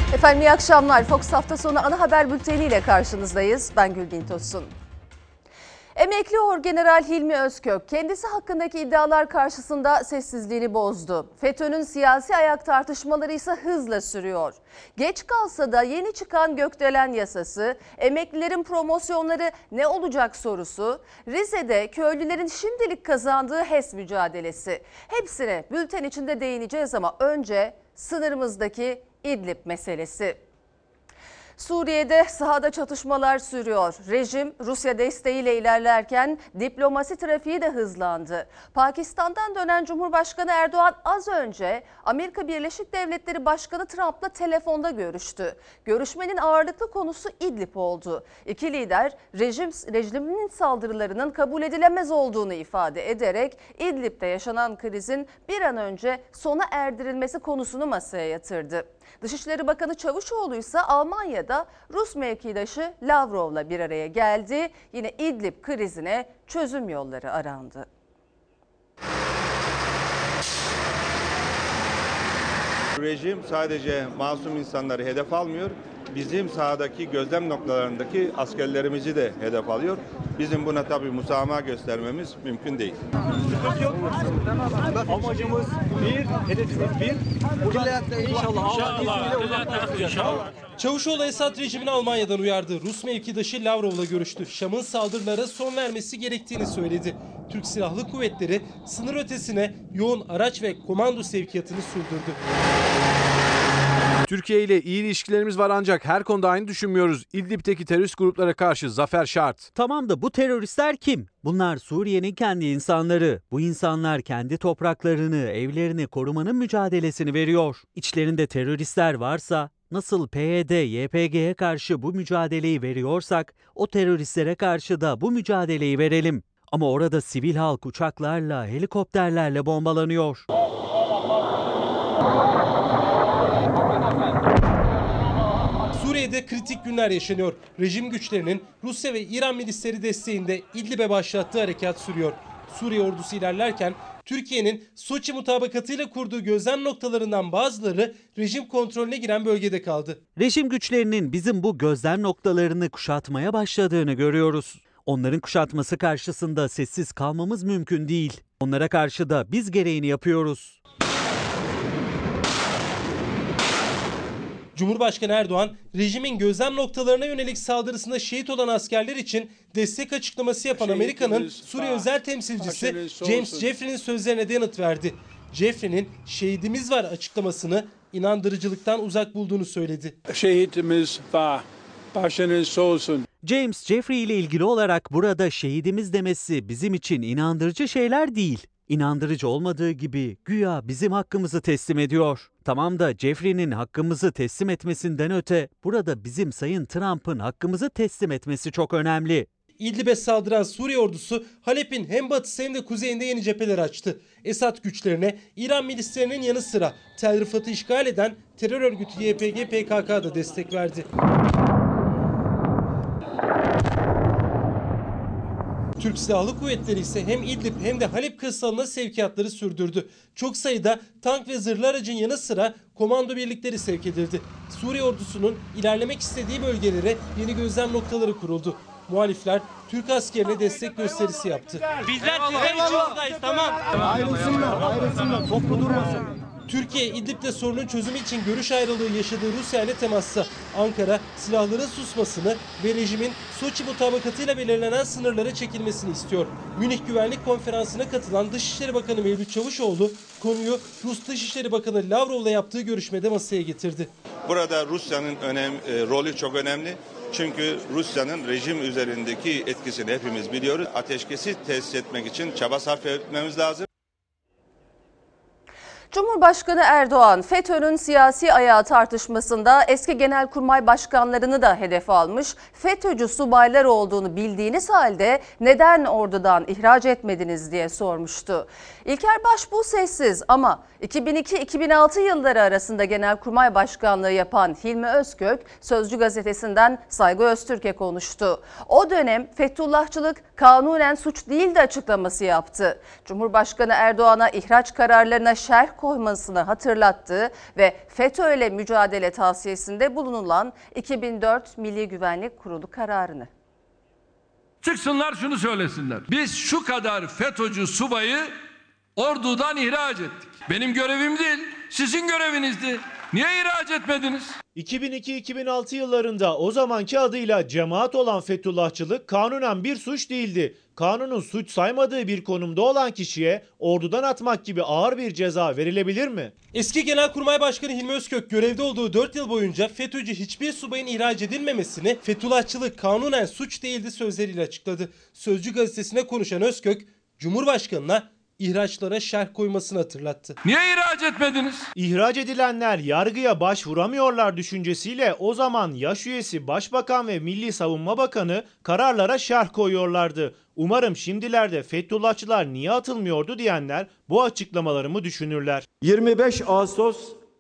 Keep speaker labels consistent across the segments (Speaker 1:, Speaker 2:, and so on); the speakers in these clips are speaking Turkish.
Speaker 1: Efendim iyi akşamlar. Fox hafta sonu ana haber bülteniyle karşınızdayız. Ben Gülgin Tosun. Emekli Orgeneral Hilmi Özkök kendisi hakkındaki iddialar karşısında sessizliğini bozdu. FETÖ'nün siyasi ayak tartışmaları ise hızla sürüyor. Geç kalsa da yeni çıkan gökdelen yasası, emeklilerin promosyonları ne olacak sorusu, Rize'de köylülerin şimdilik kazandığı HES mücadelesi. Hepsine bülten içinde değineceğiz ama önce sınırımızdaki İdlib meselesi. Suriye'de sahada çatışmalar sürüyor. Rejim Rusya desteğiyle ilerlerken diplomasi trafiği de hızlandı. Pakistan'dan dönen Cumhurbaşkanı Erdoğan az önce Amerika Birleşik Devletleri Başkanı Trump'la telefonda görüştü. Görüşmenin ağırlıklı konusu İdlib oldu. İki lider rejimin saldırılarının kabul edilemez olduğunu ifade ederek İdlib'de yaşanan krizin bir an önce sona erdirilmesi konusunu masaya yatırdı. Dışişleri Bakanı Çavuşoğlu ise Almanya'da Rus mevkidaşı Lavrov'la bir araya geldi. Yine İdlib krizine çözüm yolları arandı.
Speaker 2: Rejim sadece masum insanları hedef almıyor, bizim sahadaki gözlem noktalarındaki askerlerimizi de hedef alıyor. Bizim buna tabii musamaha göstermemiz mümkün değil.
Speaker 3: Amacımız bir, hedefimiz bir. İnşallah.
Speaker 4: Çavuşoğlu Esad rejimini Almanya'dan uyardı. Rus mevkidaşı Lavrov'la görüştü. Şam'ın saldırılara son vermesi gerektiğini söyledi. Türk Silahlı Kuvvetleri sınır ötesine yoğun araç ve komando sevkiyatını sürdürdü.
Speaker 5: Türkiye ile iyi ilişkilerimiz var ancak her konuda aynı düşünmüyoruz. İdlib'teki terörist gruplara karşı zafer şart.
Speaker 6: Tamam da bu teröristler kim? Bunlar Suriye'nin kendi insanları. Bu insanlar kendi topraklarını, evlerini korumanın mücadelesini veriyor. İçlerinde teröristler varsa, nasıl PYD, YPG'ye karşı bu mücadeleyi veriyorsak, o teröristlere karşı da bu mücadeleyi verelim. Ama orada sivil halk uçaklarla, helikopterlerle bombalanıyor.
Speaker 4: Suriye'de kritik günler yaşanıyor. Rejim güçlerinin Rusya ve İran milisleri desteğinde İdlib'e başlattığı harekat sürüyor. Suriye ordusu ilerlerken Türkiye'nin Soçi mutabakatıyla kurduğu gözlem noktalarından bazıları rejim kontrolüne giren bölgede kaldı.
Speaker 6: Rejim güçlerinin bizim bu gözlem noktalarını kuşatmaya başladığını görüyoruz. Onların kuşatması karşısında sessiz kalmamız mümkün değil. Onlara karşı da biz gereğini yapıyoruz.
Speaker 4: Cumhurbaşkanı Erdoğan, rejimin gözlem noktalarına yönelik saldırısında şehit olan askerler için destek açıklaması yapan Amerika'nın Suriye özel temsilcisi James Jeffrey'nin sözlerine de yanıt verdi. Jeffrey'nin "şehidimiz var" açıklamasını inandırıcılıktan uzak bulduğunu söyledi.
Speaker 3: Şehitimiz var. Başınız olsun.
Speaker 6: James Jeffrey ile ilgili olarak burada şehidimiz demesi bizim için inandırıcı şeyler değil. İnandırıcı olmadığı gibi güya bizim hakkımızı teslim ediyor. Tamam da Jeffrey'nin hakkımızı teslim etmesinden öte burada bizim Sayın Trump'ın hakkımızı teslim etmesi çok önemli.
Speaker 4: İdlib'e saldıran Suriye ordusu Halep'in hem batısı hem de kuzeyinde yeni cepheler açtı. Esad güçlerine İran milislerinin yanı sıra Tel Rifat'ı işgal eden terör örgütü YPG-PKK da destek verdi. Türk Silahlı Kuvvetleri ise hem İdlib hem de Halep kırsalına sevkiyatları sürdürdü. Çok sayıda tank ve zırhlı aracın yanı sıra komando birlikleri sevk edildi. Suriye ordusunun ilerlemek istediği bölgelere yeni gözlem noktaları kuruldu. Muhalifler Türk askerine destek gösterisi yaptı.
Speaker 7: Bizler sizin içinizdayız, tamam.
Speaker 3: Ayrılsınlar, toplu durmasın.
Speaker 4: Türkiye İdlib'de sorunun çözümü için görüş ayrılığı yaşadığı Rusya ile temasta. Ankara silahların susmasını ve rejimin Soçi mutabakatıyla belirlenen sınırlara çekilmesini istiyor. Münih Güvenlik Konferansı'na katılan Dışişleri Bakanı Mevlüt Çavuşoğlu konuyu Rus Dışişleri Bakanı Lavrov'la yaptığı görüşmede masaya getirdi.
Speaker 2: Burada Rusya'nın rolü çok önemli. Çünkü Rusya'nın rejim üzerindeki etkisini hepimiz biliyoruz. Ateşkesi tesis etmek için çaba sarf etmemiz lazım.
Speaker 1: Cumhurbaşkanı Erdoğan, FETÖ'nün siyasi ayağı tartışmasında eski genelkurmay başkanlarını da hedef almış. FETÖ'cü subaylar olduğunu bildiğiniz halde neden ordudan ihraç etmediniz diye sormuştu. İlker Başbuğ sessiz ama 2002-2006 yılları arasında genelkurmay başkanlığı yapan Hilmi Özkök, Sözcü gazetesinden Saygı Öztürk'e konuştu. O dönem Fethullahçılık kanunen suç değildi açıklaması yaptı. Cumhurbaşkanı Erdoğan'a ihraç kararlarına şerh koymasını hatırlattığı ve FETÖ'yle mücadele tavsiyesinde bulunulan 2004 Milli Güvenlik Kurulu kararını.
Speaker 8: Çıksınlar şunu söylesinler. Biz şu kadar FETÖ'cü subayı ordudan ihraç ettik. Benim görevim değil, sizin görevinizdi. Niye ihraç etmediniz?
Speaker 9: 2002-2006 yıllarında o zamanki adıyla cemaat olan Fethullahçılık kanunen bir suç değildi. Kanunun suç saymadığı bir konumda olan kişiye ordudan atmak gibi ağır bir ceza verilebilir mi?
Speaker 4: Eski Genelkurmay Başkanı Hilmi Özkök görevde olduğu 4 yıl boyunca FETÖ'cü hiçbir subayın ihraç edilmemesini Fethullahçılık kanunen suç değildi sözleriyle açıkladı. Sözcü gazetesine konuşan Özkök, Cumhurbaşkanı'na ihraçlara şerh koymasını hatırlattı.
Speaker 8: Niye ihraç etmediniz?
Speaker 9: İhraç edilenler yargıya başvuramıyorlar düşüncesiyle o zaman yaş üyesi Başbakan ve Milli Savunma Bakanı kararlara şerh koyuyorlardı. Umarım şimdilerde Fethullahçılar niye atılmıyordu diyenler bu açıklamalarımı düşünürler.
Speaker 10: 25 Ağustos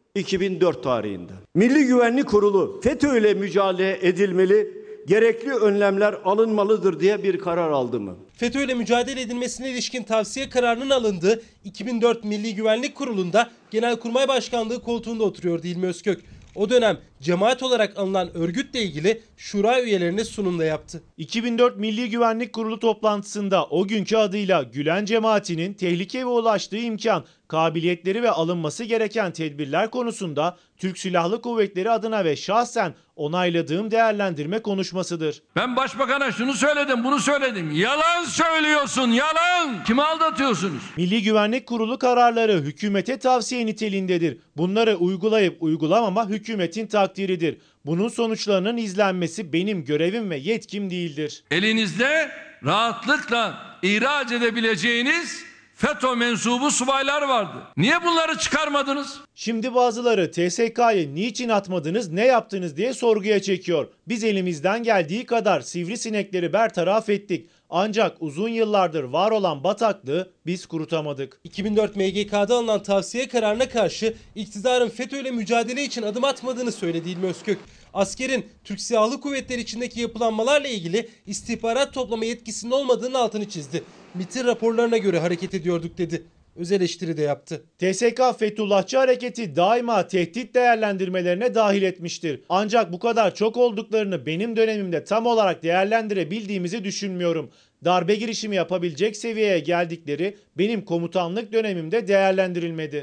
Speaker 10: 2004 tarihinde Milli Güvenlik Kurulu FETÖ ile mücadele edilmeli, gerekli önlemler alınmalıdır diye bir karar aldı mı?
Speaker 4: FETÖ ile mücadele edilmesine ilişkin tavsiye kararının alındığı 2004 Milli Güvenlik Kurulu'nda Genelkurmay Başkanlığı koltuğunda oturuyordu Hilmi Özkök. O dönem cemaat olarak anılan örgütle ilgili şura üyelerine sunum da yaptı.
Speaker 9: 2004 Milli Güvenlik Kurulu toplantısında o günkü adıyla Gülen cemaatinin tehlike ve ulaştığı imkan, kabiliyetleri ve alınması gereken tedbirler konusunda Türk Silahlı Kuvvetleri adına ve şahsen onayladığım değerlendirme konuşmasıdır.
Speaker 8: Ben başbakana şunu söyledim, bunu söyledim. Yalan söylüyorsun, yalan. Kimi aldatıyorsunuz?
Speaker 9: Milli Güvenlik Kurulu kararları hükümete tavsiye niteliğindedir. Bunları uygulayıp uygulamama hükümetin takdiridir. Bunun sonuçlarının izlenmesi benim görevim ve yetkim değildir.
Speaker 8: Elinizde rahatlıkla ihraç edebileceğiniz FETÖ mensubu subaylar vardı. Niye bunları çıkarmadınız?
Speaker 9: Şimdi bazıları TSK'yı niçin atmadınız, ne yaptınız diye sorguya çekiyor. Biz elimizden geldiği kadar sivrisinekleri bertaraf ettik. Ancak uzun yıllardır var olan bataklığı biz kurutamadık.
Speaker 4: 2004 MGK'da alınan tavsiye kararına karşı iktidarın FETÖ ile mücadele için adım atmadığını söyledi Hilmi Özkök. Askerin Türk Silahlı Kuvvetleri içindeki yapılanmalarla ilgili istihbarat toplama yetkisinin olmadığının altını çizdi. MİT'in raporlarına göre hareket ediyorduk dedi. Öz eleştiri de yaptı.
Speaker 9: TSK Fethullahçı hareketi daima tehdit değerlendirmelerine dahil etmiştir. Ancak bu kadar çok olduklarını benim dönemimde tam olarak değerlendirebildiğimizi düşünmüyorum. Darbe girişimi yapabilecek seviyeye geldikleri benim komutanlık dönemimde değerlendirilmedi.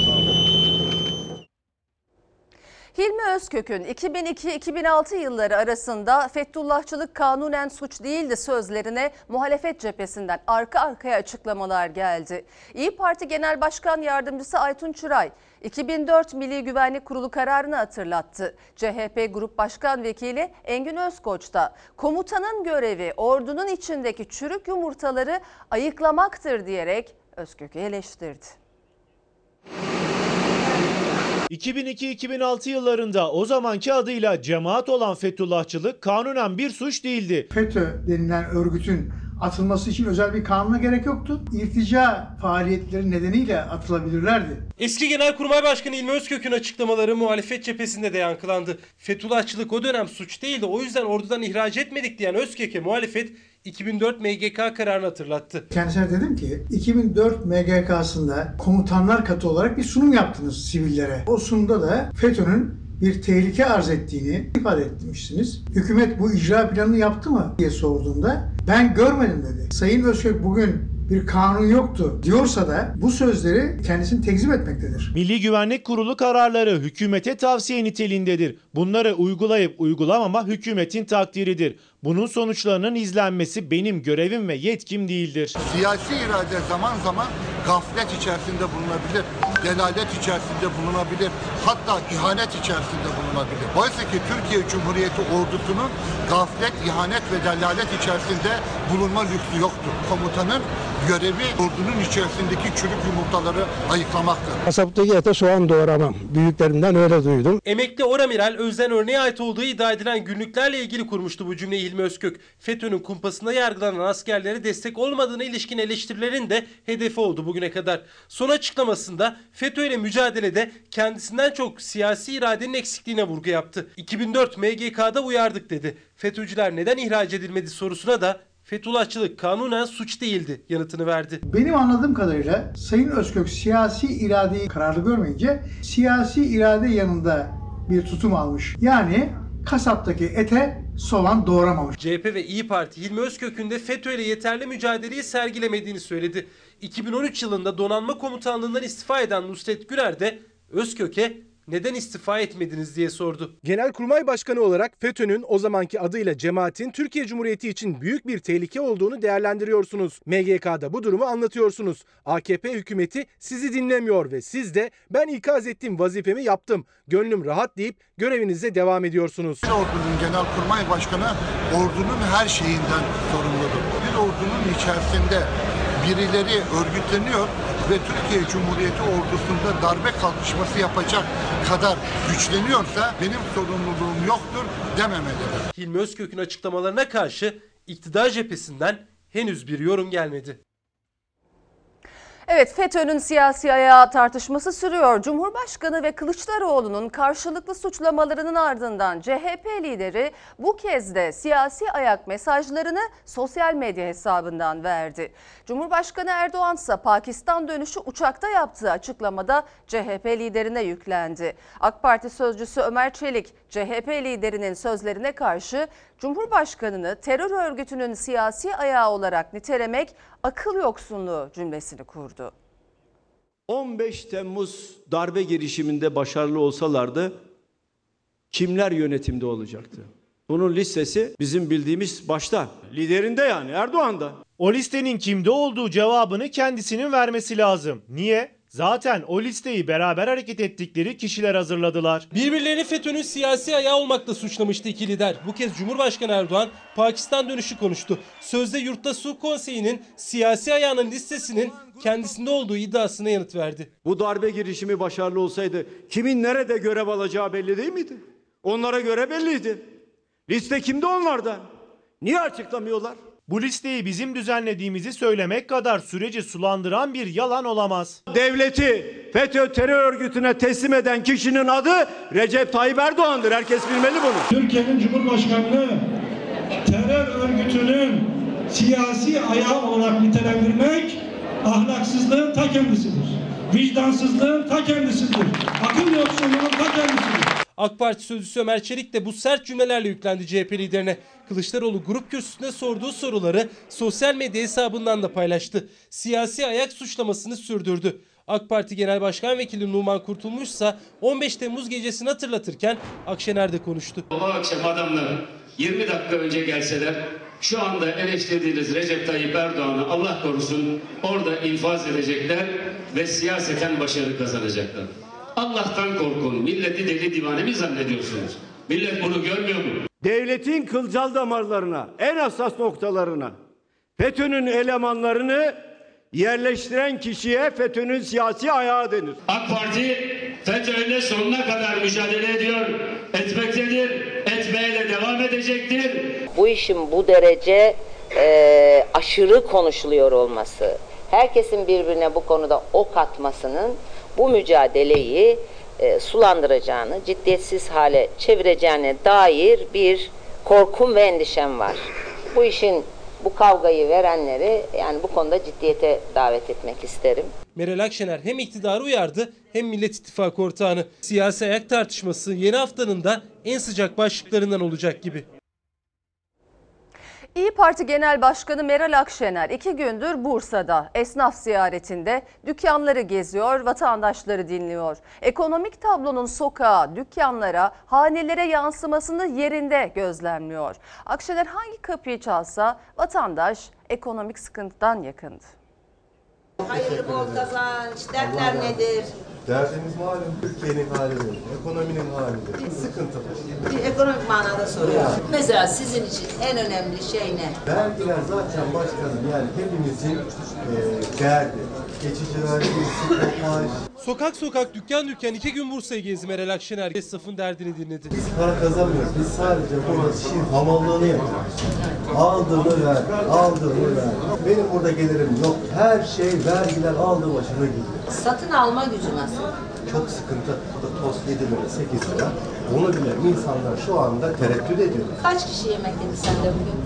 Speaker 1: Hilmi Özkök'ün 2002-2006 yılları arasında Fethullahçılık kanunen suç değildi sözlerine muhalefet cephesinden arka arkaya açıklamalar geldi. İYİ Parti Genel Başkan Yardımcısı Aytun Çıray, 2004 Milli Güvenlik Kurulu kararını hatırlattı. CHP Grup Başkan Vekili Engin Özkoç da komutanın görevi ordunun içindeki çürük yumurtaları ayıklamaktır diyerek Özkök'ü eleştirdi.
Speaker 9: 2002-2006 yıllarında o zamanki adıyla cemaat olan Fethullahçılık kanunen bir suç değildi.
Speaker 11: FETÖ denilen örgütün atılması için özel bir kanuna gerek yoktu. İrtica faaliyetleri nedeniyle atılabilirlerdi.
Speaker 4: Eski Genelkurmay Başkanı Hilmi Özkök'ün açıklamaları muhalefet cephesinde de yankılandı. Fethullahçılık o dönem suç değildi, o yüzden ordudan ihraç etmedik diyen Özkök'e muhalefet 2004 MGK kararını hatırlattı.
Speaker 11: Kendisine dedim ki 2004 MGK'sında komutanlar katı olarak bir sunum yaptınız sivillere. O sunumda da FETÖ'nün bir tehlike arz ettiğini ifade etmişsiniz. Hükümet bu icra planını yaptı mı diye sorduğumda ben görmedim dedi. Sayın Özkök bugün bir kanun yoktu diyorsa da bu sözleri kendisini tekzip etmektedir.
Speaker 9: Milli Güvenlik Kurulu kararları hükümete tavsiye niteliğindedir. Bunları uygulayıp uygulamama hükümetin takdiridir. Bunun sonuçlarının izlenmesi benim görevim ve yetkim değildir.
Speaker 12: Siyasi irade zaman zaman gaflet içerisinde bulunabilir, delalet içerisinde bulunabilir, hatta ihanet içerisinde bulunabilir. Oysa ki Türkiye Cumhuriyeti ordusunun gaflet, ihanet ve delalet içerisinde bulunma lüksü yoktur. Komutanın görevi ordunun içerisindeki çürük yumurtaları ayıklamaktır.
Speaker 13: Kasaptaki ete soğan doğramam. Büyüklerimden öyle duydum.
Speaker 4: Emekli Oramiral Özden örneğe ait olduğu iddia edilen günlüklerle ilgili kurmuştu bu cümleyi Hilmi Özkök. FETÖ'nün kumpasında yargılanan askerlere destek olmadığına ilişkin eleştirilerin de hedefi oldu bugüne kadar. Son açıklamasında FETÖ ile mücadelede kendisinden çok siyasi iradenin eksikliğine vurgu yaptı. 2004 MGK'da uyardık dedi. FETÖ'cüler neden ihraç edilmedi sorusuna da Fethullahçılık kanunen suç değildi yanıtını verdi.
Speaker 11: Benim anladığım kadarıyla Sayın Özkök siyasi iradeyi kararlı görmeyince siyasi irade yanında bir tutum almış. Yani kasaptaki ete soğan doğramamış.
Speaker 4: CHP ve İyi Parti Hilmi Özkök'ün de FETÖ ile yeterli mücadeleyi sergilemediğini söyledi. 2013 yılında donanma komutanlığından istifa eden Nusret Güler de Özkök'e neden istifa etmediniz diye sordu.
Speaker 14: Genelkurmay Başkanı olarak FETÖ'nün o zamanki adıyla cemaatin Türkiye Cumhuriyeti için büyük bir tehlike olduğunu değerlendiriyorsunuz. MGK'da bu durumu anlatıyorsunuz. AKP hükümeti sizi dinlemiyor ve siz de ben ikaz ettim, vazifemi yaptım, gönlüm rahat deyip görevinize devam ediyorsunuz.
Speaker 12: Bir ordunun Genelkurmay Başkanı ordunun her şeyinden sorumludur. Bir ordunun içerisinde birileri örgütleniyor ve Türkiye Cumhuriyeti ordusunda darbe kalkışması yapacak kadar güçleniyorsa benim sorumluluğum yoktur dememelidir.
Speaker 4: Hilmi Özkök'ün açıklamalarına karşı iktidar cephesinden henüz bir yorum gelmedi.
Speaker 1: Evet, FETÖ'nün siyasi ayağı tartışması sürüyor. Cumhurbaşkanı ve Kılıçdaroğlu'nun karşılıklı suçlamalarının ardından CHP lideri bu kez de siyasi ayak mesajlarını sosyal medya hesabından verdi. Cumhurbaşkanı Erdoğan ise Pakistan dönüşü uçakta yaptığı açıklamada CHP liderine yüklendi. AK Parti sözcüsü Ömer Çelik, CHP liderinin sözlerine karşı Cumhurbaşkanı'nı terör örgütünün siyasi ayağı olarak nitelemek akıl yoksunluğu cümlesini kurdu.
Speaker 10: 15 Temmuz darbe girişiminde başarılı olsalardı kimler yönetimde olacaktı? Bunun listesi bizim bildiğimiz başta, liderinde yani Erdoğan'da.
Speaker 9: O listenin kimde olduğu cevabını kendisinin vermesi lazım. Niye? Zaten o listeyi beraber hareket ettikleri kişiler hazırladılar.
Speaker 4: Birbirlerini FETÖ'nün siyasi ayağı olmakla suçlamıştı iki lider. Bu kez Cumhurbaşkanı Erdoğan Pakistan dönüşü konuştu. Sözde Yurtta Sulh Konseyi'nin siyasi ayağının listesinin kendisinde olduğu iddiasına yanıt verdi.
Speaker 10: Bu darbe girişimi başarılı olsaydı kimin nerede görev alacağı belli değil miydi? Onlara göre belliydi. Liste kimde onlardan? Niye açıklamıyorlar?
Speaker 9: Bu listeyi bizim düzenlediğimizi söylemek kadar süreci sulandıran bir yalan olamaz.
Speaker 10: Devleti FETÖ terör örgütüne teslim eden kişinin adı Recep Tayyip Erdoğan'dır. Herkes bilmeli bunu.
Speaker 15: Türkiye'nin Cumhurbaşkanlığı terör örgütünün siyasi ayağı olarak nitelendirmek ahlaksızlığın ta kendisidir. Vicdansızlığın ta kendisidir. Akıl yoksunluğunun ta kendisidir.
Speaker 4: AK Parti sözcüsü Ömer Çelik de bu sert cümlelerle yüklendi CHP liderine. Kılıçdaroğlu grup kürsüsünde sorduğu soruları sosyal medya hesabından da paylaştı. Siyasi ayak suçlamasını sürdürdü. AK Parti Genel Başkan Vekili Numan Kurtulmuş ise 15 Temmuz gecesini hatırlatırken Akşener'de konuştu.
Speaker 16: O akşam adamlar 20 dakika önce gelseler şu anda eleştirdiğiniz Recep Tayyip Erdoğan'ı Allah korusun orada infaz edecekler ve siyaseten başarı kazanacaklar. Allah'tan korkun. Milleti deli divane mi zannediyorsunuz? Millet bunu görmüyor mu?
Speaker 10: Devletin kılcal damarlarına, en hassas noktalarına FETÖ'nün elemanlarını yerleştiren kişiye FETÖ'nün siyasi ayağı denir.
Speaker 16: AK Parti FETÖ'yle sonuna kadar mücadele ediyor, etmektedir, etmeye de devam edecektir.
Speaker 17: Bu işin bu derece aşırı konuşuluyor olması, herkesin birbirine bu konuda ok atmasının bu mücadeleyi sulandıracağını, ciddiyetsiz hale çevireceğine dair bir korkum ve endişem var. Bu kavgayı verenleri yani bu konuda ciddiyete davet etmek isterim.
Speaker 4: Meral Akşener hem iktidarı uyardı hem Millet İttifakı ortağını. Siyasi ayak tartışması yeni haftanın da en sıcak başlıklarından olacak gibi.
Speaker 1: İyi Parti Genel Başkanı Meral Akşener 2 gündür Bursa'da esnaf ziyaretinde dükkanları geziyor, vatandaşları dinliyor. Ekonomik tablonun sokağa, dükkanlara, hanelere yansımasını yerinde gözlemliyor. Akşener hangi kapıyı çalsa vatandaş ekonomik sıkıntıdan yakındı.
Speaker 18: Hayırlı bol kazanç, dertler nedir?
Speaker 19: Derdimiz malum Türkiye'nin halidir, ekonominin halidir, sıkıntılı.
Speaker 18: Bir ekonomik manada soruyorum. Mesela sizin için en önemli şey ne?
Speaker 19: Vergiler zaten başkanım yani hepimizin derdi. Geçici vergi, sıkıntı maaş.
Speaker 4: Sokak sokak, dükkan dükkan 2 gün Bursa'yı gezdi Meral Akşener. Esnafın derdini dinledi.
Speaker 19: Biz para kazanmıyoruz, biz sadece bu işin hamallığını yapıyoruz. Aldığını ver, aldığını ver. Benim burada gelirim yok. Her şey vergiler aldı başına gidiyor.
Speaker 18: Satın alma gücü nasıl?
Speaker 19: Çok sıkıntı. Tost 7 lira, 8 lira. Onu bile insanlar şu anda tereddüt ediyor.
Speaker 18: Kaç kişi yemek yedi sende bugün?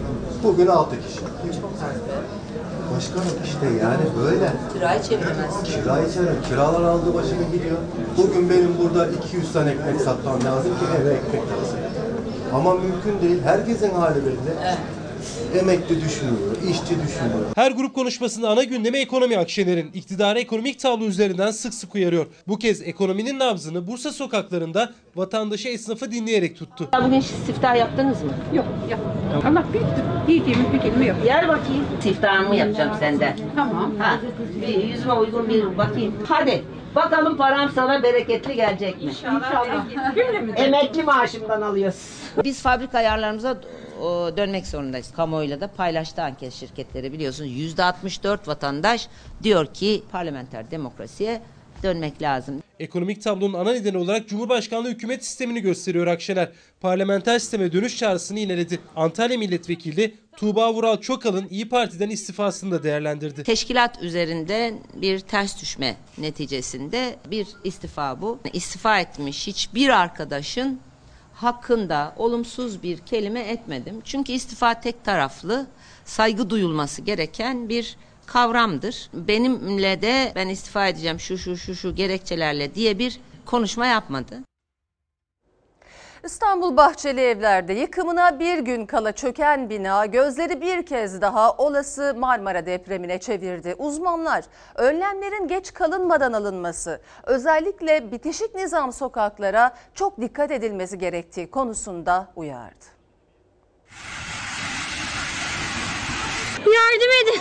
Speaker 19: Bugün 6 kişi. Başkanım işte yani böyle.
Speaker 18: Kirayı çeviremez.
Speaker 19: Kirayı çeviremez. Kiralar aldı başını gidiyor. Bugün benim burada 200 tane ekmek satmam lazım ki eve ekmek lazım. Ama mümkün değil. Herkesin hali belli. Evet. Emekli düşünüyor, işçi düşünüyor.
Speaker 4: Her grup konuşmasında ana gündemi ekonomi. Akşener'in iktidarı ekonomik tablo üzerinden sık sık uyarıyor. Bu kez ekonominin nabzını Bursa sokaklarında vatandaşı, esnafı dinleyerek tuttu.
Speaker 17: Bugün siftah yaptınız mı?
Speaker 18: Yok, yok. Allah büyüktür. Yiyeceğimiz bir kelime yok.
Speaker 17: Gel bakayım. Siftahımı yapacağım senden.
Speaker 18: Tamam.
Speaker 17: Ha, bir yüzüme uygun bir bakayım. Hadi. Bakalım param sana bereketli gelecek mi?
Speaker 18: İnşallah.
Speaker 17: Emekli maaşımdan alıyoruz. Biz fabrika ayarlarımıza dönmek zorundayız. Kamuoyuyla da paylaştı anket şirketleri, biliyorsunuz. %64 vatandaş diyor ki parlamenter demokrasiye dönmek lazım.
Speaker 4: Ekonomik tablonun ana nedeni olarak Cumhurbaşkanlığı hükümet sistemini gösteriyor Akşener. Parlamenter sisteme dönüş çağrısını yineledi. Antalya Milletvekili Tuğba Vural Çokal'ın İYİ Parti'den istifasını da değerlendirdi.
Speaker 17: Teşkilat üzerinde bir ters düşme neticesinde bir istifa bu. İstifa etmiş hiçbir arkadaşın hakkında olumsuz bir kelime etmedim. Çünkü istifa tek taraflı, saygı duyulması gereken bir kavramdır. Benimle de ben istifa edeceğim şu gerekçelerle diye bir konuşma yapmadı.
Speaker 1: İstanbul Bahçelievler'de yıkımına bir gün kala çöken bina gözleri bir kez daha olası Marmara depremine çevirdi. Uzmanlar önlemlerin geç kalınmadan alınması, özellikle bitişik nizam sokaklara çok dikkat edilmesi gerektiği konusunda uyardı.
Speaker 20: Yardım edin.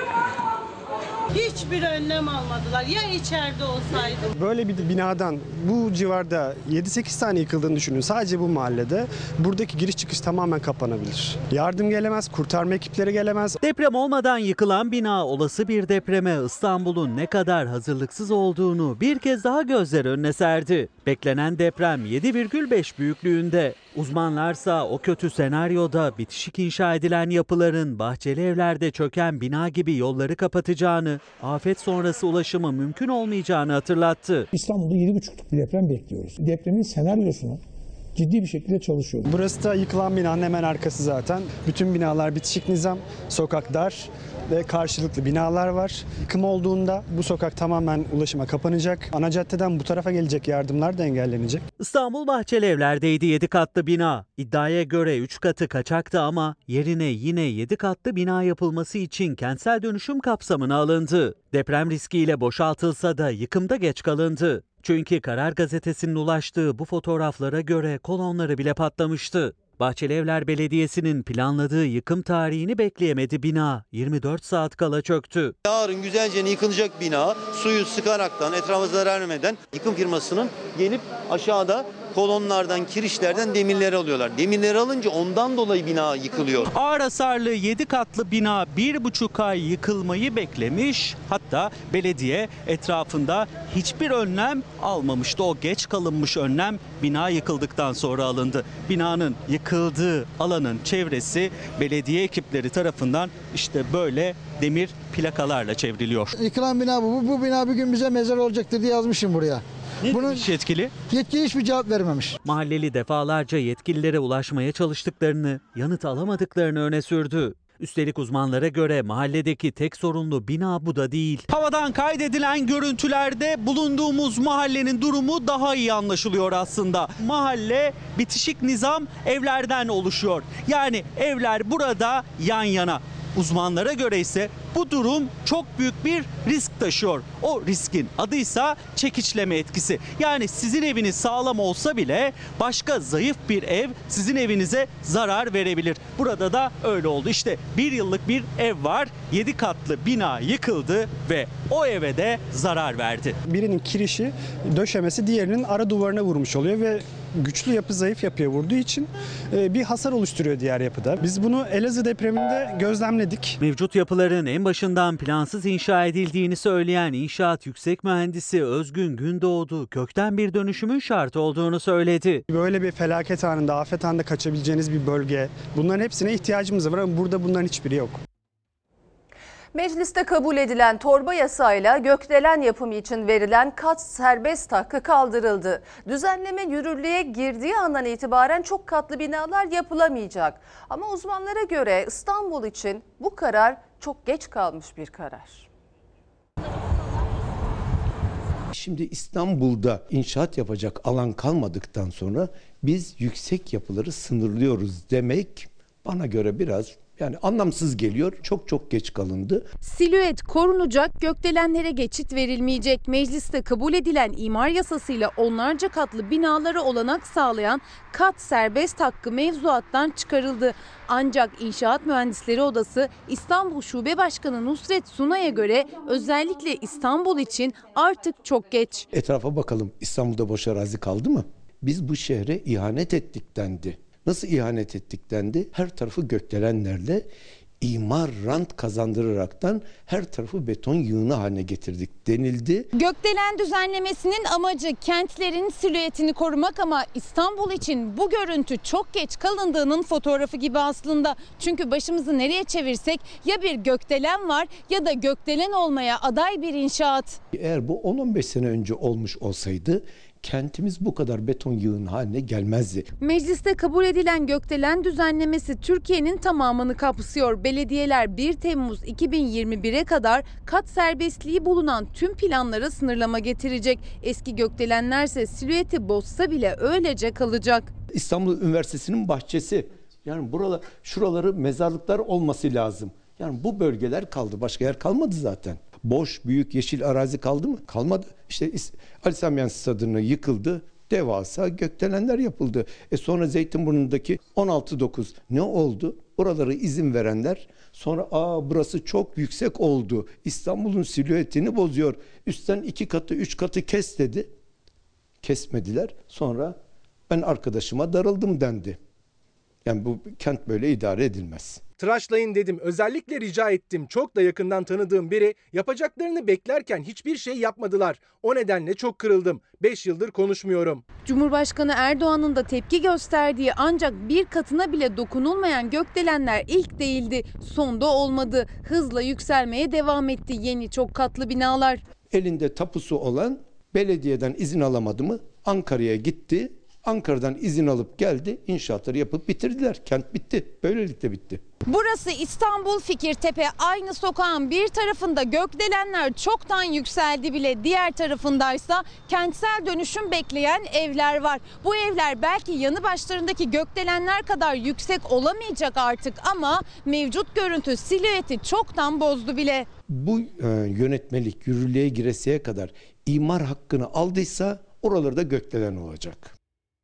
Speaker 20: Hiçbir önlem almadılar. Ya içeride olsaydım.
Speaker 13: Böyle bir binadan bu civarda 7-8 tane yıkıldığını düşünün. Sadece bu mahallede buradaki giriş çıkış tamamen kapanabilir. Yardım gelemez, kurtarma ekipleri gelemez.
Speaker 6: Deprem olmadan yıkılan bina olası bir depreme İstanbul'un ne kadar hazırlıksız olduğunu bir kez daha gözler önüne serdi. Beklenen deprem 7,5 büyüklüğünde. Uzmanlarsa o kötü senaryoda bitişik inşa edilen yapıların Bahçelievler'de çöken bina gibi yolları kapatacağını, afet sonrası ulaşımı mümkün olmayacağını hatırlattı.
Speaker 21: İstanbul'da 7,5'luk bir deprem bekliyoruz. Depremin senaryosunu ciddi bir şekilde çalışıyoruz.
Speaker 13: Burası da yıkılan binanın hemen arkası zaten. Bütün binalar bitişik nizam, sokak dar ve karşılıklı binalar var. Yıkım olduğunda bu sokak tamamen ulaşıma kapanacak. Ana caddeden bu tarafa gelecek yardımlar da engellenecek.
Speaker 6: İstanbul Bahçelievler'deydi 7 katlı bina. İddiaya göre 3 katı kaçaktı ama yerine yine 7 katlı bina yapılması için kentsel dönüşüm kapsamına alındı. Deprem riskiyle boşaltılsa da yıkımda geç kalındı. Çünkü Karar Gazetesi'nin ulaştığı bu fotoğraflara göre kolonları bile patlamıştı. Bahçelievler Belediyesi'nin planladığı yıkım tarihini bekleyemedi bina. 24 saat kala çöktü.
Speaker 22: Yarın güzelce yıkılacak bina suyu sıkaraktan, etrafa zarar vermeden yıkım firmasının gelip aşağıda kolonlardan, kirişlerden demirleri alıyorlar. Demirleri alınca ondan dolayı bina yıkılıyor.
Speaker 6: Ağır hasarlı 7 katlı bina 1,5 ay yıkılmayı beklemiş. Hatta belediye etrafında hiçbir önlem almamıştı. O geç kalınmış önlem bina yıkıldıktan sonra alındı. Binanın yıkıldığı alanın çevresi belediye ekipleri tarafından işte böyle demir plakalarla çevriliyor.
Speaker 23: Yıkılan bina bu. Bu bina bir gün bize mezar olacaktır diye yazmışım buraya.
Speaker 6: Bunun yetkili
Speaker 23: hiçbir cevap vermemiş.
Speaker 6: Mahalleli defalarca yetkililere ulaşmaya çalıştıklarını, yanıt alamadıklarını öne sürdü. Üstelik uzmanlara göre mahalledeki tek sorunlu bina bu da değil. Havadan kaydedilen görüntülerde bulunduğumuz mahallenin durumu daha iyi anlaşılıyor aslında. Mahalle bitişik nizam evlerden oluşuyor. Yani evler burada yan yana. Uzmanlara göre ise bu durum çok büyük bir risk taşıyor. O riskin adıysa çekiçleme etkisi. Yani sizin eviniz sağlam olsa bile başka zayıf bir ev sizin evinize zarar verebilir. Burada da öyle oldu. İşte bir yıllık bir ev var. 7 katlı bina yıkıldı ve o eve de zarar verdi.
Speaker 13: Birinin kirişi, döşemesi diğerinin ara duvarına vurmuş oluyor ve güçlü yapı zayıf yapıya vurduğu için bir hasar oluşturuyor diğer yapıda. Biz bunu Elazığ depreminde gözlemledik.
Speaker 6: Mevcut yapıların en başından plansız inşa edildiğini söyleyen inşaat yüksek mühendisi Özgün Gündoğdu kökten bir dönüşümün şart olduğunu söyledi.
Speaker 13: Böyle bir felaket anında, afet anında kaçabileceğiniz bir bölge, bunların hepsine ihtiyacımız var ama burada bunların hiçbiri yok.
Speaker 1: Mecliste kabul edilen torba yasayla gökdelen yapımı için verilen kat serbest hakkı kaldırıldı. Düzenleme yürürlüğe girdiği andan itibaren çok katlı binalar yapılamayacak. Ama uzmanlara göre İstanbul için bu karar çok geç kalmış bir karar.
Speaker 3: Şimdi İstanbul'da inşaat yapacak alan kalmadıktan sonra biz yüksek yapıları sınırlıyoruz demek bana göre biraz anlamsız geliyor. Çok geç kalındı.
Speaker 5: Silüet korunacak, gökdelenlere geçit verilmeyecek. Mecliste kabul edilen imar yasasıyla onlarca katlı binalara olanak sağlayan kat serbest hakkı mevzuattan çıkarıldı. Ancak İnşaat Mühendisleri Odası İstanbul Şube Başkanı Nusret Sunay'a göre özellikle İstanbul için artık çok geç.
Speaker 3: Etrafa bakalım, İstanbul'da boş arazi kaldı mı? Biz bu şehre ihanet ettik dendi. Nasıl ihanet ettik dendi? Her tarafı gökdelenlerle imar rant kazandıraraktan her tarafı beton yığını haline getirdik denildi.
Speaker 5: Gökdelen düzenlemesinin amacı kentlerin silüetini korumak ama İstanbul için bu görüntü çok geç kalındığının fotoğrafı gibi aslında. Çünkü başımızı nereye çevirsek ya bir gökdelen var ya da gökdelen olmaya aday bir inşaat.
Speaker 3: Eğer bu 10-15 sene önce olmuş olsaydı kentimiz bu kadar beton yığın haline gelmezdi.
Speaker 5: Mecliste kabul edilen gökdelen düzenlemesi Türkiye'nin tamamını kapsıyor. Belediyeler 1 Temmuz 2021'e kadar kat serbestliği bulunan tüm planlara sınırlama getirecek. Eski gökdelenlerse silüeti bozsa bile öylece kalacak.
Speaker 3: İstanbul Üniversitesi'nin bahçesi. Yani şuraları mezarlıklar olması lazım. Yani bu bölgeler kaldı. Başka yer kalmadı zaten. Boş, büyük, yeşil arazi kaldı mı? Kalmadı. İşte Ali Sami Yen Stadı'nı yıkıldı. Devasa gökdelenler yapıldı. Sonra Zeytinburnu'ndaki 16-9 ne oldu? Oralara izin verenler sonra burası çok yüksek oldu. İstanbul'un silüetini bozuyor. Üstten 2 katı 3 katı kes dedi. Kesmediler. Sonra ben arkadaşıma darıldım dendi. Yani bu kent böyle idare edilmez.
Speaker 14: Tıraşlayın dedim, özellikle rica ettim. Çok da yakından tanıdığım biri yapacaklarını beklerken hiçbir şey yapmadılar. O nedenle çok kırıldım. 5 yıldır konuşmuyorum.
Speaker 5: Cumhurbaşkanı Erdoğan'ın da tepki gösterdiği ancak bir katına bile dokunulmayan gökdelenler ilk değildi. Son da olmadı. Hızla yükselmeye devam etti yeni çok katlı binalar.
Speaker 3: Elinde tapusu olan belediyeden izin alamadı mı? Ankara'ya gitti. Ankara'dan izin alıp geldi, inşaatları yapıp bitirdiler. Kent bitti. Böylelikle bitti.
Speaker 5: Burası İstanbul Fikirtepe. Aynı sokağın bir tarafında gökdelenler çoktan yükseldi bile. Diğer tarafındaysa kentsel dönüşüm bekleyen evler var. Bu evler belki yanı başlarındaki gökdelenler kadar yüksek olamayacak artık ama mevcut görüntü silüeti çoktan bozdu bile.
Speaker 3: Bu yönetmelik yürürlüğe gireseye kadar imar hakkını aldıysa oralarda gökdelen olacak.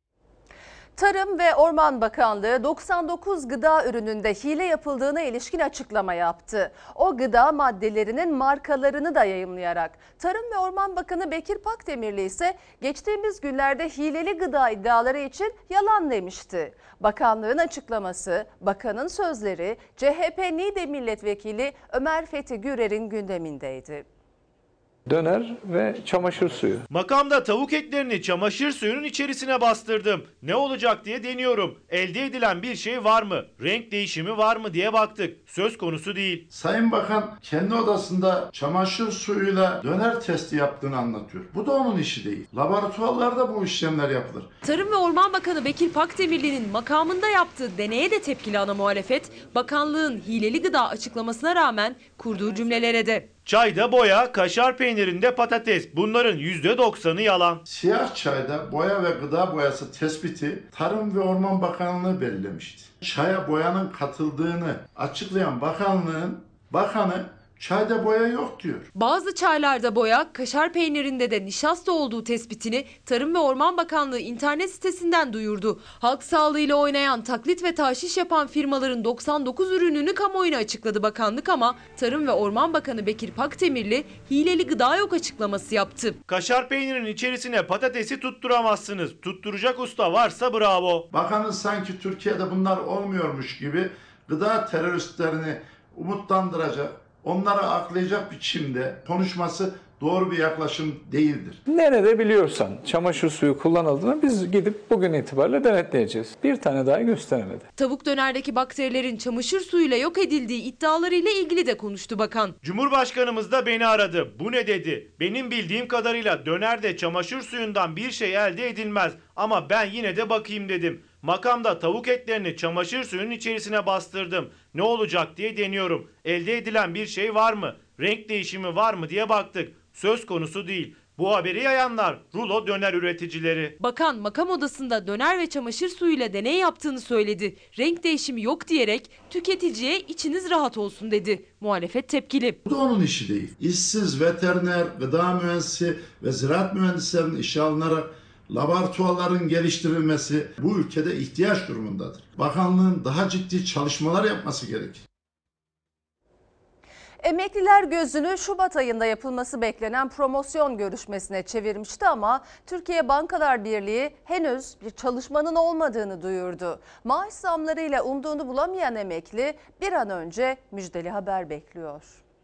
Speaker 1: Tarım ve Orman Bakanlığı 99 gıda ürününde hile yapıldığına ilişkin açıklama yaptı. O gıda maddelerinin markalarını da yayımlayarak. Tarım ve Orman Bakanı Bekir Pakdemirli ise geçtiğimiz günlerde hileli gıda iddiaları için yalan demişti. Bakanlığın açıklaması, bakanın sözleri CHP Niğde Milletvekili Ömer Fethi Gürer'in gündemindeydi.
Speaker 7: Döner ve çamaşır suyu.
Speaker 9: Makamda tavuk etlerini çamaşır suyunun içerisine bastırdım. Ne olacak diye deniyorum. Elde edilen bir şey var mı? Renk değişimi var mı diye baktık. Söz konusu değil.
Speaker 24: Sayın Bakan kendi odasında çamaşır suyuyla döner testi yaptığını anlatıyor. Bu da onun işi değil. Laboratuvarlarda bu işlemler yapılır.
Speaker 25: Tarım ve Orman Bakanı Bekir Pakdemirli'nin makamında yaptığı deneye de tepkili ana muhalefet, bakanlığın hileli gıda açıklamasına rağmen kurduğu cümlelere de.
Speaker 9: Çayda boya, kaşar peynirinde patates. Bunların %90'ı yalan.
Speaker 24: Siyah çayda boya ve gıda boyası tespiti Tarım ve Orman Bakanlığı belirlemişti. Çaya boyanın katıldığını açıklayan bakanı çayda boya yok diyor.
Speaker 25: Bazı çaylarda boya, kaşar peynirinde de nişasta olduğu tespitini Tarım ve Orman Bakanlığı internet sitesinden duyurdu. Halk sağlığıyla oynayan, taklit ve tahşiş yapan firmaların 99 ürününü kamuoyuna açıkladı bakanlık ama Tarım ve Orman Bakanı Bekir Pakdemirli hileli gıda yok açıklaması yaptı.
Speaker 9: Kaşar peynirinin içerisine patatesi tutturamazsınız. Tutturacak usta varsa bravo.
Speaker 24: Bakanın sanki Türkiye'de bunlar olmuyormuş gibi gıda teröristlerini umutlandıracak, onlara aklayacak biçimde konuşması doğru bir yaklaşım değildir.
Speaker 7: Nerede biliyorsan çamaşır suyu kullanıldığını biz gidip bugün itibariyle denetleyeceğiz. Bir tane daha gösteremedi.
Speaker 25: Tavuk dönerdeki bakterilerin çamaşır suyuyla yok edildiği iddialarıyla ilgili de konuştu bakan.
Speaker 9: Cumhurbaşkanımız da beni aradı. Bu ne dedi? Benim bildiğim kadarıyla dönerde çamaşır suyundan bir şey elde edilmez. Ama ben yine de bakayım dedim. Makamda tavuk etlerini çamaşır suyunun içerisine bastırdım. Ne olacak diye deniyorum. Elde edilen bir şey var mı? Renk değişimi var mı diye baktık. Söz konusu değil. Bu haberi yayanlar rulo döner üreticileri.
Speaker 25: Bakan makam odasında döner ve çamaşır suyuyla deney yaptığını söyledi. Renk değişimi yok diyerek tüketiciye içiniz rahat olsun dedi. Muhalefet tepkili.
Speaker 24: Bu da onun işi değil. İşsiz veteriner, gıda mühendisi ve ziraat mühendislerinin işe alınarak laboratuvarların geliştirilmesi bu ülkede ihtiyaç durumundadır. Bakanlığın daha ciddi çalışmalar yapması gerekir.
Speaker 1: Emekliler gözünü Şubat ayında yapılması beklenen promosyon görüşmesine çevirmişti ama Türkiye Bankalar Birliği henüz bir çalışmanın olmadığını duyurdu. Maaş zamlarıyla umduğunu bulamayan emekli bir an önce müjdeli haber bekliyor.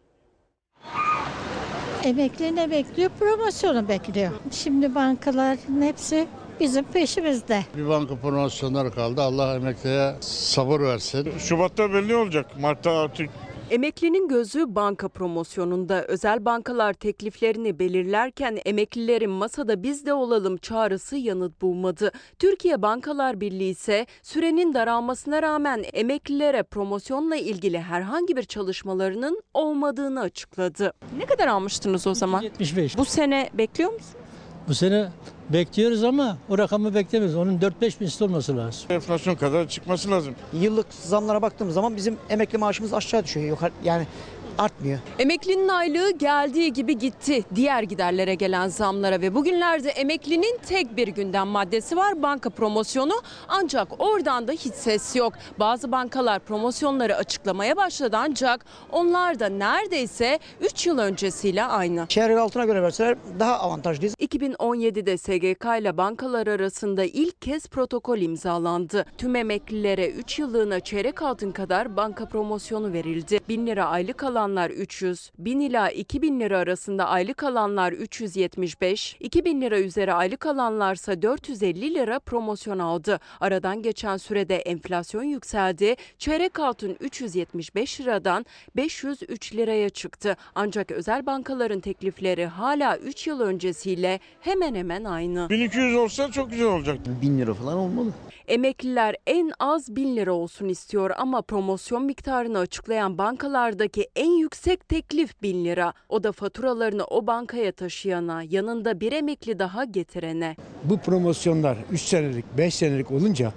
Speaker 2: Emekli ne bekliyor? Promosyonu bekliyor. Şimdi bankaların hepsi bizim peşimizde.
Speaker 8: Bir banka promosyonları kaldı. Allah emekliye sabır versin.
Speaker 11: Şubat'ta belli olacak. Mart'ta artık.
Speaker 12: Emeklinin gözü banka promosyonunda. Özel bankalar tekliflerini belirlerken emeklilerin masada biz de olalım çağrısı yanıt bulmadı. Türkiye Bankalar Birliği ise sürenin daralmasına rağmen emeklilere promosyonla ilgili herhangi bir çalışmalarının olmadığını açıkladı. Ne kadar almıştınız o zaman?
Speaker 15: 75.
Speaker 12: Bu sene bekliyor musunuz?
Speaker 15: Bu sene bekliyoruz ama o rakamı beklemiyoruz. Onun 4-5 misli olması lazım.
Speaker 11: Enflasyon kadar çıkması lazım.
Speaker 26: Yıllık zamlara baktığımız zaman bizim emekli maaşımız aşağı düşüyor. Yok, yani artmıyor.
Speaker 12: Emeklinin aylığı geldiği gibi gitti. Diğer giderlere gelen zamlara ve bugünlerde emeklinin tek bir gündem maddesi var, banka promosyonu. Ancak oradan da hiç ses yok. Bazı bankalar promosyonları açıklamaya başladı ancak onlar da neredeyse 3 yıl öncesiyle aynı.
Speaker 26: Çeyrek altına göre verseler daha avantajlıyız.
Speaker 12: 2017'de SGK ile bankalar arasında ilk kez protokol imzalandı. Tüm emeklilere 3 yıllığına çeyrek altın kadar banka promosyonu verildi. 1000 lira aylık alanlar 300, 1000 ila 2000 lira arasında aylık alanlar 375, 2000 lira üzeri aylık alanlarsa 450 lira promosyon aldı. Aradan geçen sürede enflasyon yükseldi. Çeyrek altın 375 liradan 503 liraya çıktı. Ancak özel bankaların teklifleri hala 3 yıl öncesiyle hemen hemen aynı.
Speaker 11: 1200 olsa çok güzel olacak.
Speaker 26: 1000 lira falan olmalı.
Speaker 12: Emekliler en az 1000 lira olsun istiyor ama promosyon miktarını açıklayan bankalardaki en yüksek teklif 1000 lira. O da faturalarını o bankaya taşıyana, yanında bir emekli daha getirene.
Speaker 21: Bu promosyonlar 3 senelik, 5 senelik olunca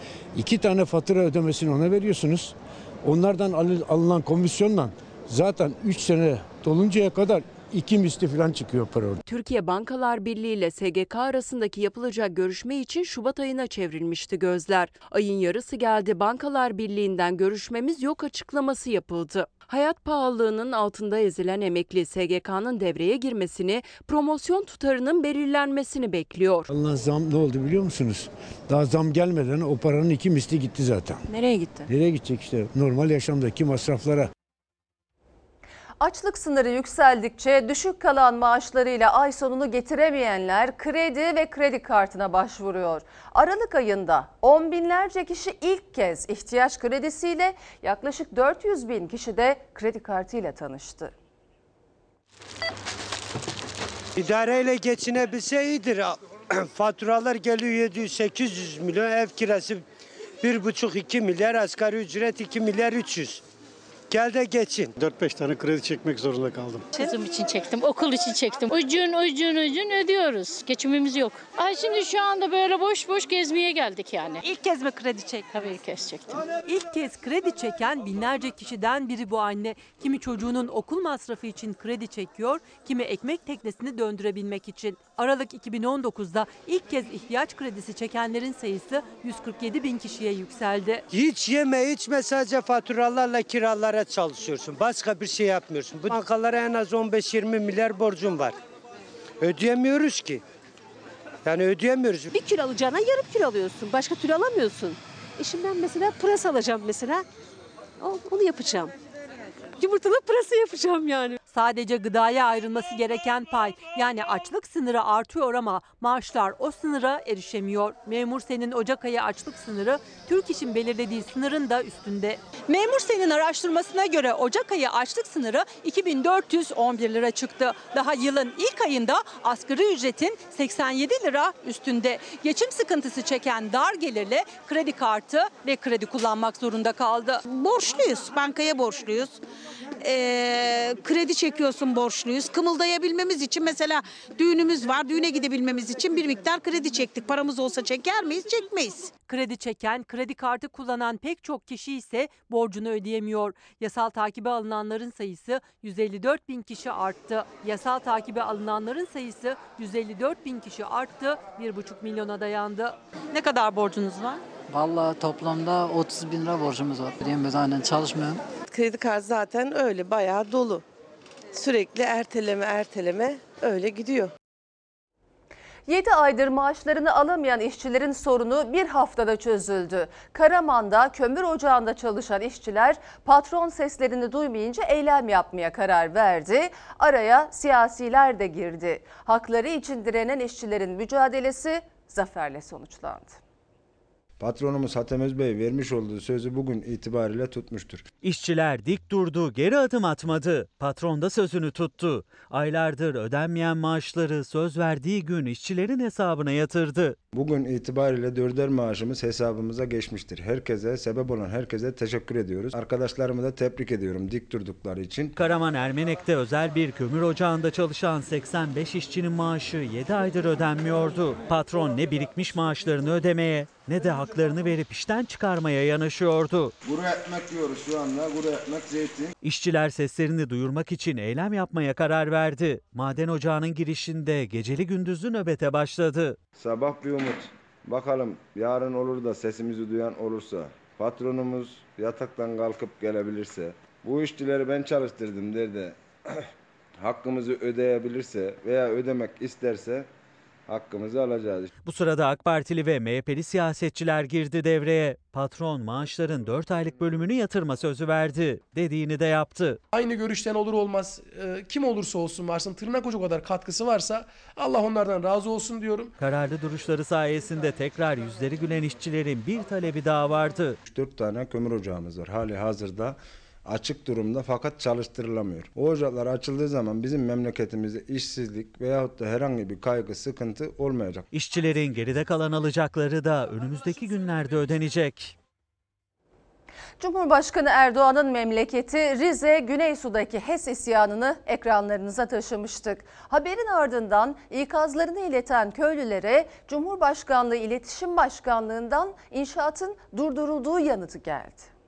Speaker 21: 2 tane fatura ödemesini ona veriyorsunuz. Onlardan alınan komisyonla zaten 3 sene doluncaya kadar 2 misli falan çıkıyor para orada.
Speaker 12: Türkiye Bankalar Birliği ile SGK arasındaki yapılacak görüşme için Şubat ayına çevrilmişti gözler. Ayın yarısı geldi, Bankalar Birliği'nden görüşmemiz yok açıklaması yapıldı. Hayat pahalılığının altında ezilen emekli SGK'nın devreye girmesini, promosyon tutarının belirlenmesini bekliyor.
Speaker 21: Allah zam ne oldu biliyor musunuz? Daha zam gelmeden o paranın 2 misli gitti zaten.
Speaker 12: Nereye gitti?
Speaker 21: Nereye gidecek işte? Normal yaşamdaki masraflara.
Speaker 1: Açlık sınırı yükseldikçe düşük kalan maaşlarıyla ay sonunu getiremeyenler kredi ve kredi kartına başvuruyor. Aralık ayında 10 binlerce kişi ilk kez ihtiyaç kredisiyle, yaklaşık 400 bin kişi de kredi kartıyla tanıştı.
Speaker 27: İdareyle geçinebilse iyidir. Faturalar geliyor 700-800 milyon, ev kirası 1,5-2 milyar, asgari ücret 2 milyar 300. Gel de geçin.
Speaker 28: 4-5 tane kredi çekmek zorunda kaldım.
Speaker 29: Kızım için çektim, okul için çektim. Ucun ödüyoruz. Geçimimiz yok. Ay şimdi şu anda böyle boş boş gezmeye geldik yani.
Speaker 30: İlk kez mi kredi çektin?
Speaker 29: Tabii ilk kez çektim.
Speaker 30: İlk kez kredi çeken binlerce kişiden biri bu anne. Kimi çocuğunun okul masrafı için kredi çekiyor, kimi ekmek teknesini döndürebilmek için. Aralık 2019'da ilk kez ihtiyaç kredisi çekenlerin sayısı 147 bin kişiye yükseldi.
Speaker 27: Hiç yeme içme, sadece faturalarla kiralara çalışıyorsun. Başka bir şey yapmıyorsun. Bu bankalara en az 15-20 milyar borcum var. Ödeyemiyoruz ki. Yani ödeyemiyoruz.
Speaker 30: Bir kilo alacağına yarım kilo alıyorsun. Başka türlü alamıyorsun. Şimdi ben mesela pırasa alacağım mesela. Onu yapacağım. Yumurtalı pırasa yapacağım yani. Sadece gıdaya ayrılması gereken pay, yani açlık sınırı artıyor ama maaşlar o sınıra erişemiyor. Memur Sen'in Ocak ayı açlık sınırı Türk İş'in belirlediği sınırın da üstünde. Memur Sen'in araştırmasına göre Ocak ayı açlık sınırı 2411 lira çıktı. Daha yılın ilk ayında asgari ücretin 87 lira üstünde. Geçim sıkıntısı çeken dar gelirli kredi kartı ve kredi kullanmak zorunda kaldı.
Speaker 4: Borçluyuz, bankaya borçluyuz. Kredi çekiyorsun, borçluyuz. Kımıldayabilmemiz için mesela düğünümüz var. Düğüne gidebilmemiz için bir miktar kredi çektik. Paramız olsa çeker miyiz? Çekmeyiz.
Speaker 30: Kredi çeken, kredi kartı kullanan pek çok kişi ise borcunu ödeyemiyor. Yasal takibe alınanların sayısı 154 bin kişi arttı. Yasal takibe alınanların sayısı 154 bin kişi arttı, 1,5 milyona dayandı. Ne kadar borcunuz var?
Speaker 6: Vallahi toplamda 30 bin lira borcumuz var. Ben aynen çalışmıyorum.
Speaker 10: Kredi kartı zaten öyle bayağı dolu. Sürekli erteleme öyle gidiyor.
Speaker 1: 7 aydır maaşlarını alamayan işçilerin sorunu bir haftada çözüldü. Karaman'da kömür ocağında çalışan işçiler patron seslerini duymayınca eylem yapmaya karar verdi. Araya siyasiler de girdi. Hakları için direnen işçilerin mücadelesi zaferle sonuçlandı.
Speaker 16: Patronumuz Hatem Özbey vermiş olduğu sözü bugün itibariyle tutmuştur.
Speaker 17: İşçiler dik durdu, geri adım atmadı. Patron da sözünü tuttu. Aylardır ödenmeyen maaşları söz verdiği gün işçilerin hesabına yatırdı.
Speaker 16: Bugün itibariyle 4'er maaşımız hesabımıza geçmiştir. Herkese, sebep olan herkese teşekkür ediyoruz. Arkadaşlarımı da tebrik ediyorum dik durdukları için.
Speaker 17: Karaman Ermenek'te özel bir kömür ocağında çalışan 85 işçinin maaşı 7 aydır ödenmiyordu. Patron ne birikmiş maaşlarını ödemeye ne de haklarını verip işten çıkarmaya yanaşıyordu.
Speaker 16: Kuru ekmek yiyoruz şu anda, kuru ekmek, zeytin.
Speaker 17: İşçiler seslerini duyurmak için eylem yapmaya karar verdi. Maden ocağının girişinde geceli gündüzlü nöbete başladı.
Speaker 16: Sabah bir umut. Bakalım yarın olur da sesimizi duyan olursa, patronumuz yataktan kalkıp gelebilirse, bu işçileri ben çalıştırdım der de hakkımızı ödeyebilirse veya ödemek isterse hakkımızı alacağız.
Speaker 17: Bu sırada AK Partili ve MHP'li siyasetçiler girdi devreye. Patron maaşların 4 aylık bölümünü yatırma sözü verdi. Dediğini de yaptı.
Speaker 18: Aynı görüşten olur olmaz kim olursa olsun varsın tırnak ucu kadar katkısı varsa Allah onlardan razı olsun diyorum.
Speaker 17: Kararlı duruşları sayesinde tekrar yüzleri gülen işçilerin bir talebi daha vardı.
Speaker 16: 4 tane kömür ocağımız var hali hazırda. Açık durumda fakat çalıştırılamıyor. O ocaklar açıldığı zaman bizim memleketimizde işsizlik veyahut da herhangi bir kaygı, sıkıntı olmayacak.
Speaker 17: İşçilerin geride kalan alacakları da önümüzdeki günlerde ödenecek.
Speaker 1: Cumhurbaşkanı Erdoğan'ın memleketi Rize Güneysu'daki HES isyanını ekranlarınıza taşımıştık. Haberin ardından ikazlarını ileten köylülere Cumhurbaşkanlığı İletişim Başkanlığı'ndan inşaatın durdurulduğu yanıtı geldi.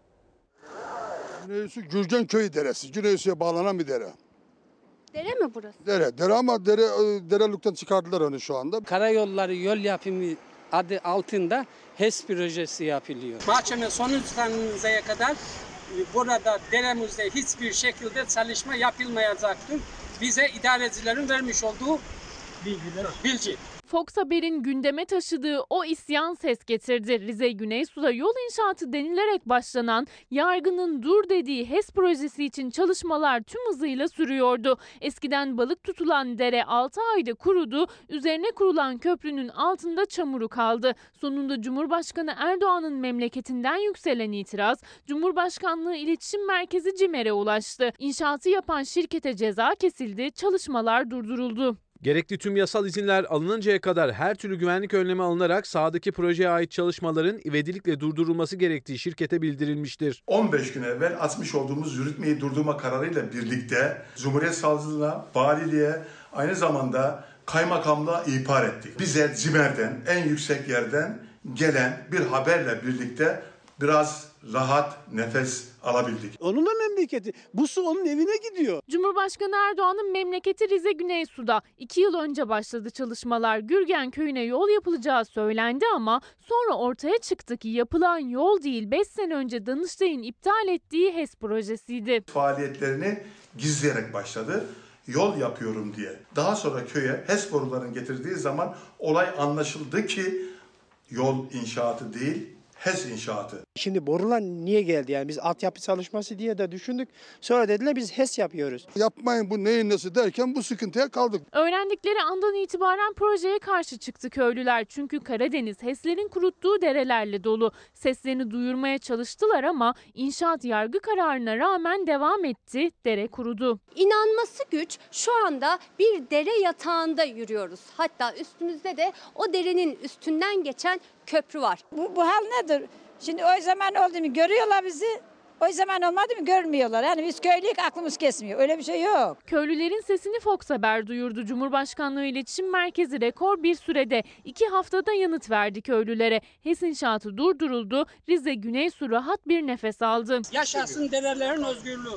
Speaker 19: Güneysu Gürgenköyü deresi. Güneysu'ya bağlanan bir dere.
Speaker 20: Dere mi burası?
Speaker 19: Dere ama derelükten çıkardılar onu şu anda.
Speaker 22: Karayolları yol yapımı adı altında HES projesi yapılıyor. Mahkeme sonuçlanıncaya kadar burada deremizde hiçbir şekilde çalışma yapılmayacaktır. Bize idarecilerin vermiş olduğu bilgi.
Speaker 23: Fox Haber'in gündeme taşıdığı o isyan ses getirdi. Rize Güneysu'da yol inşaatı denilerek başlanan, yargının dur dediği HES projesi için çalışmalar tüm hızıyla sürüyordu. Eskiden balık tutulan dere 6 ayda kurudu, üzerine kurulan köprünün altında çamuru kaldı. Sonunda Cumhurbaşkanı Erdoğan'ın memleketinden yükselen itiraz, Cumhurbaşkanlığı İletişim Merkezi CİMER'e ulaştı. İnşaatı yapan şirkete ceza kesildi, çalışmalar durduruldu.
Speaker 31: Gerekli tüm yasal izinler alınıncaya kadar her türlü güvenlik önlemi alınarak sahadaki projeye ait çalışmaların ivedilikle durdurulması gerektiği şirkete bildirilmiştir.
Speaker 32: 15 gün evvel atmış olduğumuz yürütmeyi durdurma kararıyla birlikte Cumhuriyet Savcılığına, valiliğe, aynı zamanda kaymakamlığa ihbar ettik. Bize CİMER'den, en yüksek yerden gelen bir haberle birlikte biraz rahat nefes alabildik.
Speaker 33: Onun da memleketi. Bu su onun evine gidiyor.
Speaker 23: Cumhurbaşkanı Erdoğan'ın memleketi Rize Güneysu'da 2 yıl önce başladı çalışmalar. Gürgen köyüne yol yapılacağı söylendi ama sonra ortaya çıktı ki yapılan yol değil 5 sene önce Danıştay'ın iptal ettiği HES projesiydi.
Speaker 32: Faaliyetlerini gizleyerek başladı. Yol yapıyorum diye. Daha sonra köye HES borularını getirdiği zaman olay anlaşıldı ki yol inşaatı değil, HES inşaatı.
Speaker 2: Şimdi borular niye geldi? Yani biz altyapı çalışması diye de düşündük. Sonra dediler biz HES yapıyoruz.
Speaker 19: Yapmayın bu neyin nesi derken bu sıkıntıya kaldık.
Speaker 23: Öğrendikleri andan itibaren projeye karşı çıktı köylüler. Çünkü Karadeniz HES'lerin kuruttuğu derelerle dolu. Seslerini duyurmaya çalıştılar ama inşaat yargı kararına rağmen devam etti. Dere kurudu.
Speaker 20: İnanması güç, şu anda bir dere yatağında yürüyoruz. Hatta üstümüzde de o derenin üstünden geçen köprü var.
Speaker 3: Bu hal nedir? Şimdi o zaman oldu mu görüyorlar bizi, o zaman olmadı mı görmüyorlar. Yani biz köylüyük, aklımız kesmiyor. Öyle bir şey yok.
Speaker 23: Köylülerin sesini Fox Haber duyurdu. Cumhurbaşkanlığı İletişim Merkezi rekor bir sürede 2 haftada yanıt verdi köylülere. HES inşaatı durduruldu. Rize Güneysu rahat bir nefes aldı.
Speaker 22: Yaşasın derelerin özgürlüğü.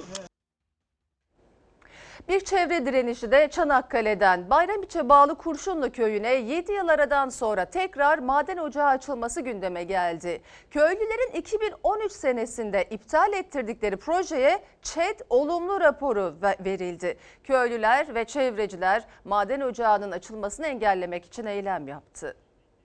Speaker 1: Bir çevre direnişi de Çanakkale'den. Bayramiç'e bağlı Kurşunlu köyüne 7 yıl aradan sonra tekrar maden ocağı açılması gündeme geldi. Köylülerin 2013 senesinde iptal ettirdikleri projeye ÇED olumlu raporu verildi. Köylüler ve çevreciler maden ocağının açılmasını engellemek için eylem yaptı.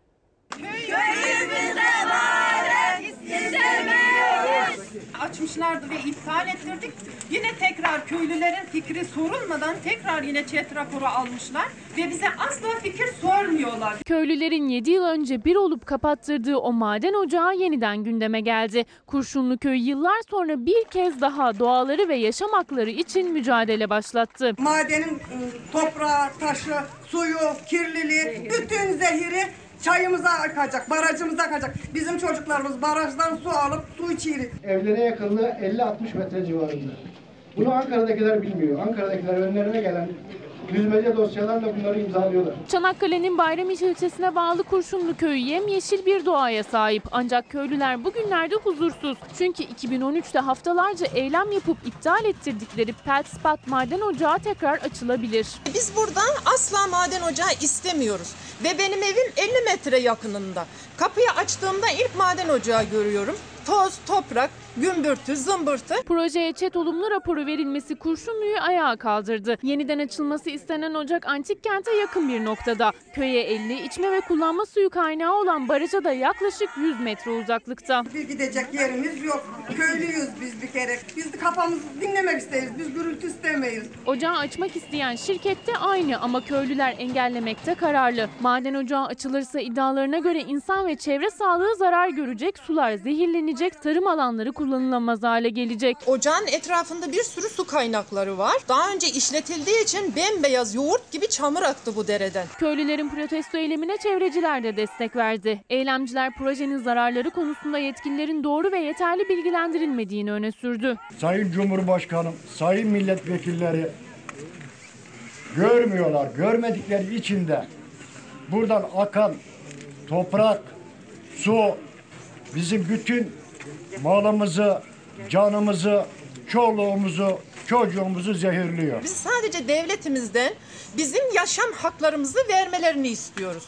Speaker 5: Köyümüzde maden istemiyoruz. Açmışlardı ve iptal ettirdik. Yine tekrar köylülerin fikri sorulmadan tekrar yine ÇED raporu almışlar ve bize asla fikir sormuyorlar.
Speaker 23: Köylülerin 7 yıl önce bir olup kapattırdığı o maden ocağı yeniden gündeme geldi. Kurşunlu köyü yıllar sonra bir kez daha doğaları ve yaşam hakları için mücadele başlattı.
Speaker 7: Madenin toprağı, taşı, suyu, kirliliği, bütün zehiri çayımıza akacak, barajımıza akacak. Bizim çocuklarımız barajdan su alıp su içiyor.
Speaker 8: Evlere yakınlığı 50-60 metre civarında. Bunu Ankara'dakiler bilmiyor. Ankara'dakiler önlerine gelen düzmece dosyalarla bunları imzalıyorlar.
Speaker 23: Çanakkale'nin Bayramiç ilçesine bağlı Kurşunlu köyü yemyeşil bir doğaya sahip. Ancak köylüler bugünlerde huzursuz. Çünkü 2013'te haftalarca eylem yapıp iptal ettirdikleri Peltspat maden ocağı tekrar açılabilir.
Speaker 9: Biz buradan asla maden ocağı istemiyoruz. Ve benim evim 50 metre yakınında. Kapıyı açtığımda ilk maden ocağı görüyorum. Toz, toprak, gümbürtü, zımbırtı.
Speaker 23: Projeye ÇED olumlu raporu verilmesi Kurşunlu'yu ayağa kaldırdı. Yeniden açılması istenen ocak antik kente yakın bir noktada. Köye 50, içme ve kullanma suyu kaynağı olan baraja da yaklaşık 100 metre uzaklıkta.
Speaker 7: Bir gidecek yerimiz yok. Köylüyüz biz bir kere. Biz de kafamızı dinlemek isteriz. Biz gürültü istemeyiz.
Speaker 23: Ocağı açmak isteyen şirket de aynı ama köylüler engellemekte kararlı. Maden ocağı açılırsa iddialarına göre insan ve çevre sağlığı zarar görecek, sular zehirlenecek, tarım alanları kullanılamaz hale gelecek.
Speaker 9: Ocağın etrafında bir sürü su kaynakları var. Daha önce işletildiği için bembeyaz yoğurt gibi çamur aktı bu dereden.
Speaker 23: Köylülerin protesto eylemine çevreciler de destek verdi. Eylemciler projenin zararları konusunda yetkililerin doğru ve yeterli bilgilendirilmediğini öne sürdü.
Speaker 8: Sayın Cumhurbaşkanım, sayın milletvekilleri görmüyorlar. Görmedikleri için de buradan akan toprak, su bizim bütün malımızı, canımızı, çoluğumuzu, çocuğumuzu zehirliyor.
Speaker 9: Biz sadece devletimizden bizim yaşam haklarımızı vermelerini istiyoruz.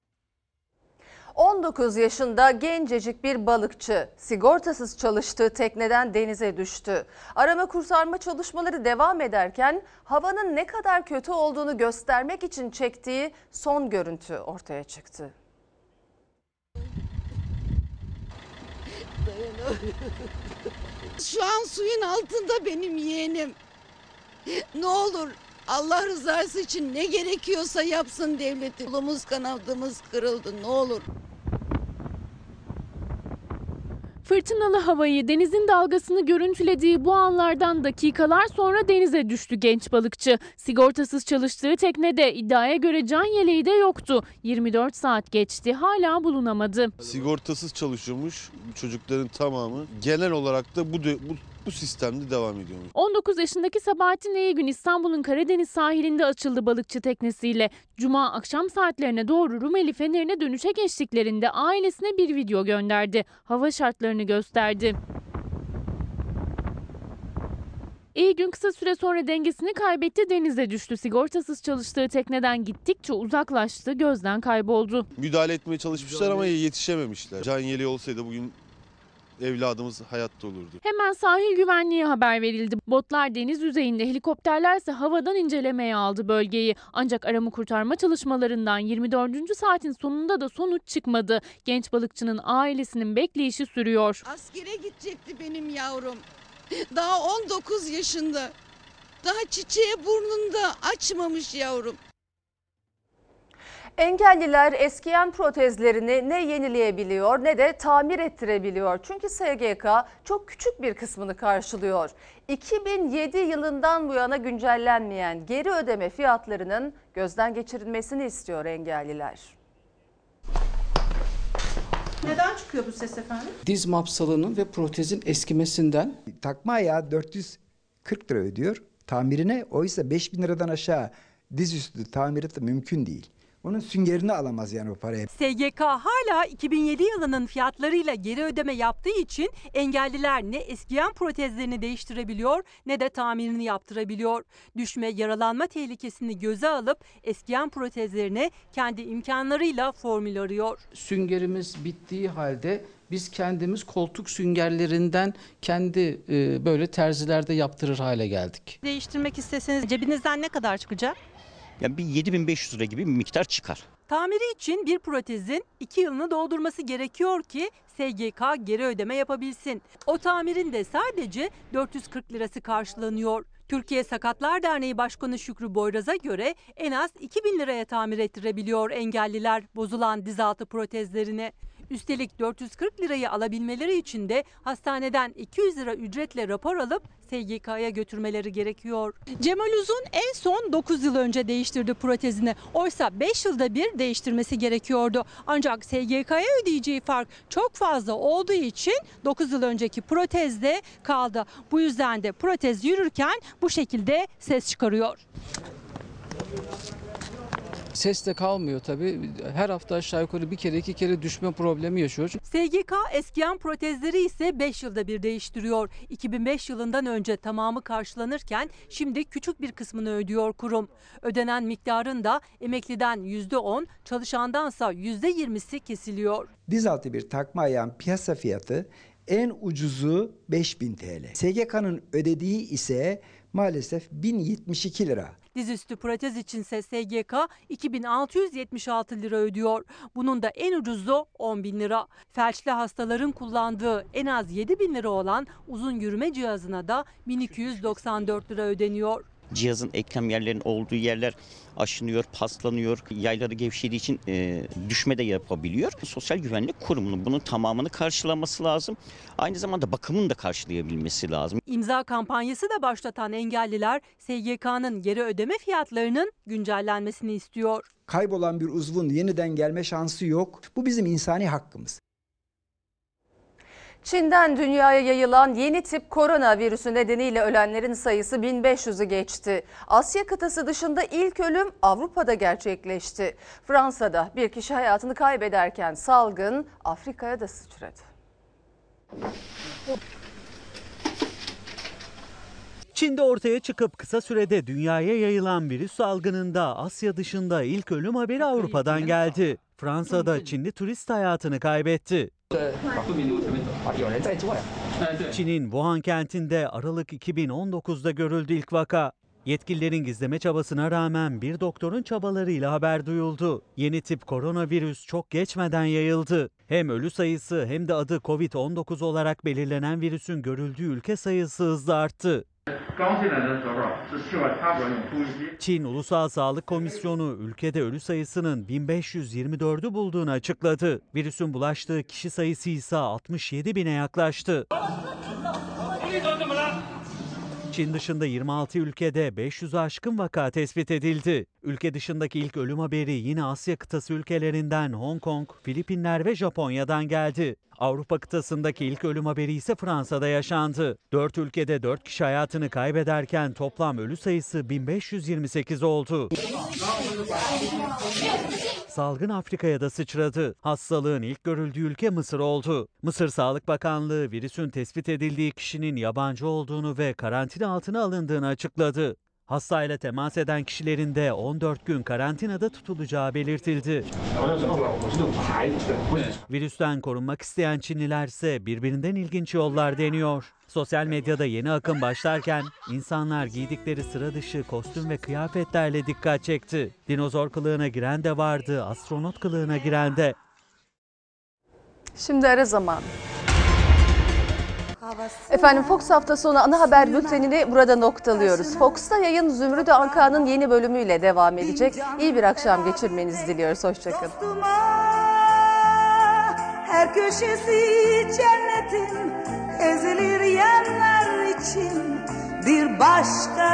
Speaker 1: 19 yaşında gencecik bir balıkçı sigortasız çalıştığı tekneden denize düştü. Arama kurtarma çalışmaları devam ederken havanın ne kadar kötü olduğunu göstermek için çektiği son görüntü ortaya çıktı.
Speaker 11: Şu an suyun altında benim yeğenim. Ne olur Allah rızası için ne gerekiyorsa yapsın devleti. Kolumuz kanadımız kırıldı, ne olur.
Speaker 23: Fırtınalı havayı, denizin dalgasını görüntülediği bu anlardan dakikalar sonra denize düştü genç balıkçı. Sigortasız çalıştığı teknede iddiaya göre can yeleği de yoktu. 24 saat geçti, hala bulunamadı.
Speaker 13: Sigortasız çalışıyormuş çocukların tamamı. Genel olarak da bu sistemde devam ediyor.
Speaker 23: 19 yaşındaki Sabahattin Eygün İstanbul'un Karadeniz sahilinde açıldı balıkçı teknesiyle. Cuma akşam saatlerine doğru Rumeli Feneri'ne dönüşe geçtiklerinde ailesine bir video gönderdi. Hava şartlarını gösterdi. Eygün kısa süre sonra dengesini kaybetti, denize düştü. Sigortasız çalıştığı tekneden gittikçe uzaklaştı, gözden kayboldu.
Speaker 13: Müdahale etmeye çalışmışlar ama yetişememişler. Can yeleği olsaydı bugün evladımız hayatta olurdu.
Speaker 23: Hemen sahil güvenliğe haber verildi. Botlar deniz yüzeyinde, helikopterler ise havadan incelemeye aldı bölgeyi. Ancak arama kurtarma çalışmalarından 24. saatin sonunda da sonuç çıkmadı. Genç balıkçının ailesinin bekleyişi sürüyor.
Speaker 11: Askere gidecekti benim yavrum. Daha 19 yaşında. Daha çiçeği burnunda açmamış yavrum.
Speaker 1: Engelliler eskiyen protezlerini ne yenileyebiliyor ne de tamir ettirebiliyor. Çünkü SGK çok küçük bir kısmını karşılıyor. 2007 yılından bu yana güncellenmeyen geri ödeme fiyatlarının gözden geçirilmesini istiyor engelliler.
Speaker 4: Neden çıkıyor bu ses efendim?
Speaker 6: Diz mafsalının ve protezin eskimesinden.
Speaker 12: Takma ayağı 440 lira ödüyor tamirine, oysa 5.000 liradan aşağı dizüstü tamiri de mümkün değil. Onun süngerini alamaz yani o paraya.
Speaker 14: SGK hala 2007 yılının fiyatlarıyla geri ödeme yaptığı için engelliler ne eskiyen protezlerini değiştirebiliyor ne de tamirini yaptırabiliyor. Düşme, yaralanma tehlikesini göze alıp eskiyen protezlerine kendi imkanlarıyla formül arıyor.
Speaker 6: Süngerimiz bittiği halde biz kendimiz koltuk süngerlerinden kendi böyle terzilerde yaptırır hale geldik.
Speaker 14: Değiştirmek isteseniz cebinizden ne kadar çıkacak?
Speaker 15: Yani bir 7.500 lira gibi bir miktar çıkar.
Speaker 14: Tamiri için bir protezin 2 yılını doldurması gerekiyor ki SGK geri ödeme yapabilsin. O tamirin de sadece 440 lirası karşılanıyor. Türkiye Sakatlar Derneği Başkanı Şükrü Boyraz'a göre en az 2.000 liraya tamir ettirebiliyor engelliler bozulan dizaltı protezlerini. Üstelik 440 lirayı alabilmeleri için de hastaneden 200 lira ücretle rapor alıp SGK'ya götürmeleri gerekiyor. Cemal Uzun en son 9 yıl önce değiştirdi protezini. Oysa 5 yılda bir değiştirmesi gerekiyordu. Ancak SGK'ya ödeyeceği fark çok fazla olduğu için 9 yıl önceki protezde kaldı. Bu yüzden de protez yürürken bu şekilde ses çıkarıyor.
Speaker 6: Ses de kalmıyor tabii. Her hafta aşağı yukarı bir kere 2 kere düşme problemi yaşıyor.
Speaker 14: SGK eskiyen protezleri ise 5 yılda bir değiştiriyor. 2005 yılından önce tamamı karşılanırken şimdi küçük bir kısmını ödüyor kurum. Ödenen miktarın da emekliden %10, çalışandansa %20'si kesiliyor.
Speaker 12: Dizaltı bir takma ayağın piyasa fiyatı en ucuzu 5.000 TL. SGK'nın ödediği ise maalesef 1072 lira.
Speaker 14: Dizüstü protez içinse SGK 2676 lira ödüyor. Bunun da en ucuzu 10.000 lira. Felçli hastaların kullandığı en az 7.000 lira olan uzun yürüme cihazına da 1294 lira ödeniyor.
Speaker 15: Cihazın eklem yerlerinin olduğu yerler aşınıyor, paslanıyor. Yayları gevşediği için düşme de yapabiliyor. Sosyal Güvenlik Kurumu'nun bunun tamamını karşılaması lazım. Aynı zamanda bakımını da karşılayabilmesi lazım.
Speaker 14: İmza kampanyası da başlatan engelliler SGK'nın geri ödeme fiyatlarının güncellenmesini istiyor.
Speaker 12: Kaybolan bir uzvun yeniden gelme şansı yok. Bu bizim insani hakkımız.
Speaker 1: Çin'den dünyaya yayılan yeni tip koronavirüsü nedeniyle ölenlerin sayısı 1500'ü geçti. Asya kıtası dışında ilk ölüm Avrupa'da gerçekleşti. Fransa'da bir kişi hayatını kaybederken salgın Afrika'ya da sıçradı.
Speaker 17: Çin'de ortaya çıkıp kısa sürede dünyaya yayılan virüs salgınında Asya dışında ilk ölüm haberi Avrupa'dan geldi. Fransa'da Çinli turist hayatını kaybetti. Çin'in Wuhan kentinde Aralık 2019'da görüldü ilk vaka. Yetkililerin gizleme çabasına rağmen bir doktorun çabalarıyla haber duyuldu. Yeni tip koronavirüs çok geçmeden yayıldı. Hem ölü sayısı hem de adı Covid-19 olarak belirlenen virüsün görüldüğü ülke sayısı hızla arttı. Çin Ulusal Sağlık Komisyonu ülkede ölü sayısının 1524'ü bulduğunu açıkladı. Virüsün bulaştığı kişi sayısı ise 67.000'e yaklaştı. Çin dışında 26 ülkede 500'ü aşkın vaka tespit edildi. Ülke dışındaki ilk ölüm haberi yine Asya kıtası ülkelerinden Hong Kong, Filipinler ve Japonya'dan geldi. Avrupa kıtasındaki ilk ölüm haberi ise Fransa'da yaşandı. 4 ülkede 4 kişi hayatını kaybederken toplam ölü sayısı 1528 oldu. Salgın Afrika'ya da sıçradı. Hastalığın ilk görüldüğü ülke Mısır oldu. Mısır Sağlık Bakanlığı virüsün tespit edildiği kişinin yabancı olduğunu ve karantina altına alındığını açıkladı. Hastayla temas eden kişilerin de 14 gün karantinada tutulacağı belirtildi. Virüsten korunmak isteyen Çinliler ise birbirinden ilginç yollar deniyor. Sosyal medyada yeni akım başlarken insanlar giydikleri sıra dışı kostüm ve kıyafetlerle dikkat çekti. Dinozor kılığına giren de vardı, astronot kılığına giren de.
Speaker 1: Şimdi ara zaman. Efendim Fox hafta sonu ana haber bültenini burada noktalıyoruz. Fox'ta yayın Zümrüt Anka'nın yeni bölümüyle devam edecek. İyi bir akşam geçirmenizi diliyoruz. Hoşçakalın.
Speaker 10: Her köşesi cennetin ezilir yerler için bir başka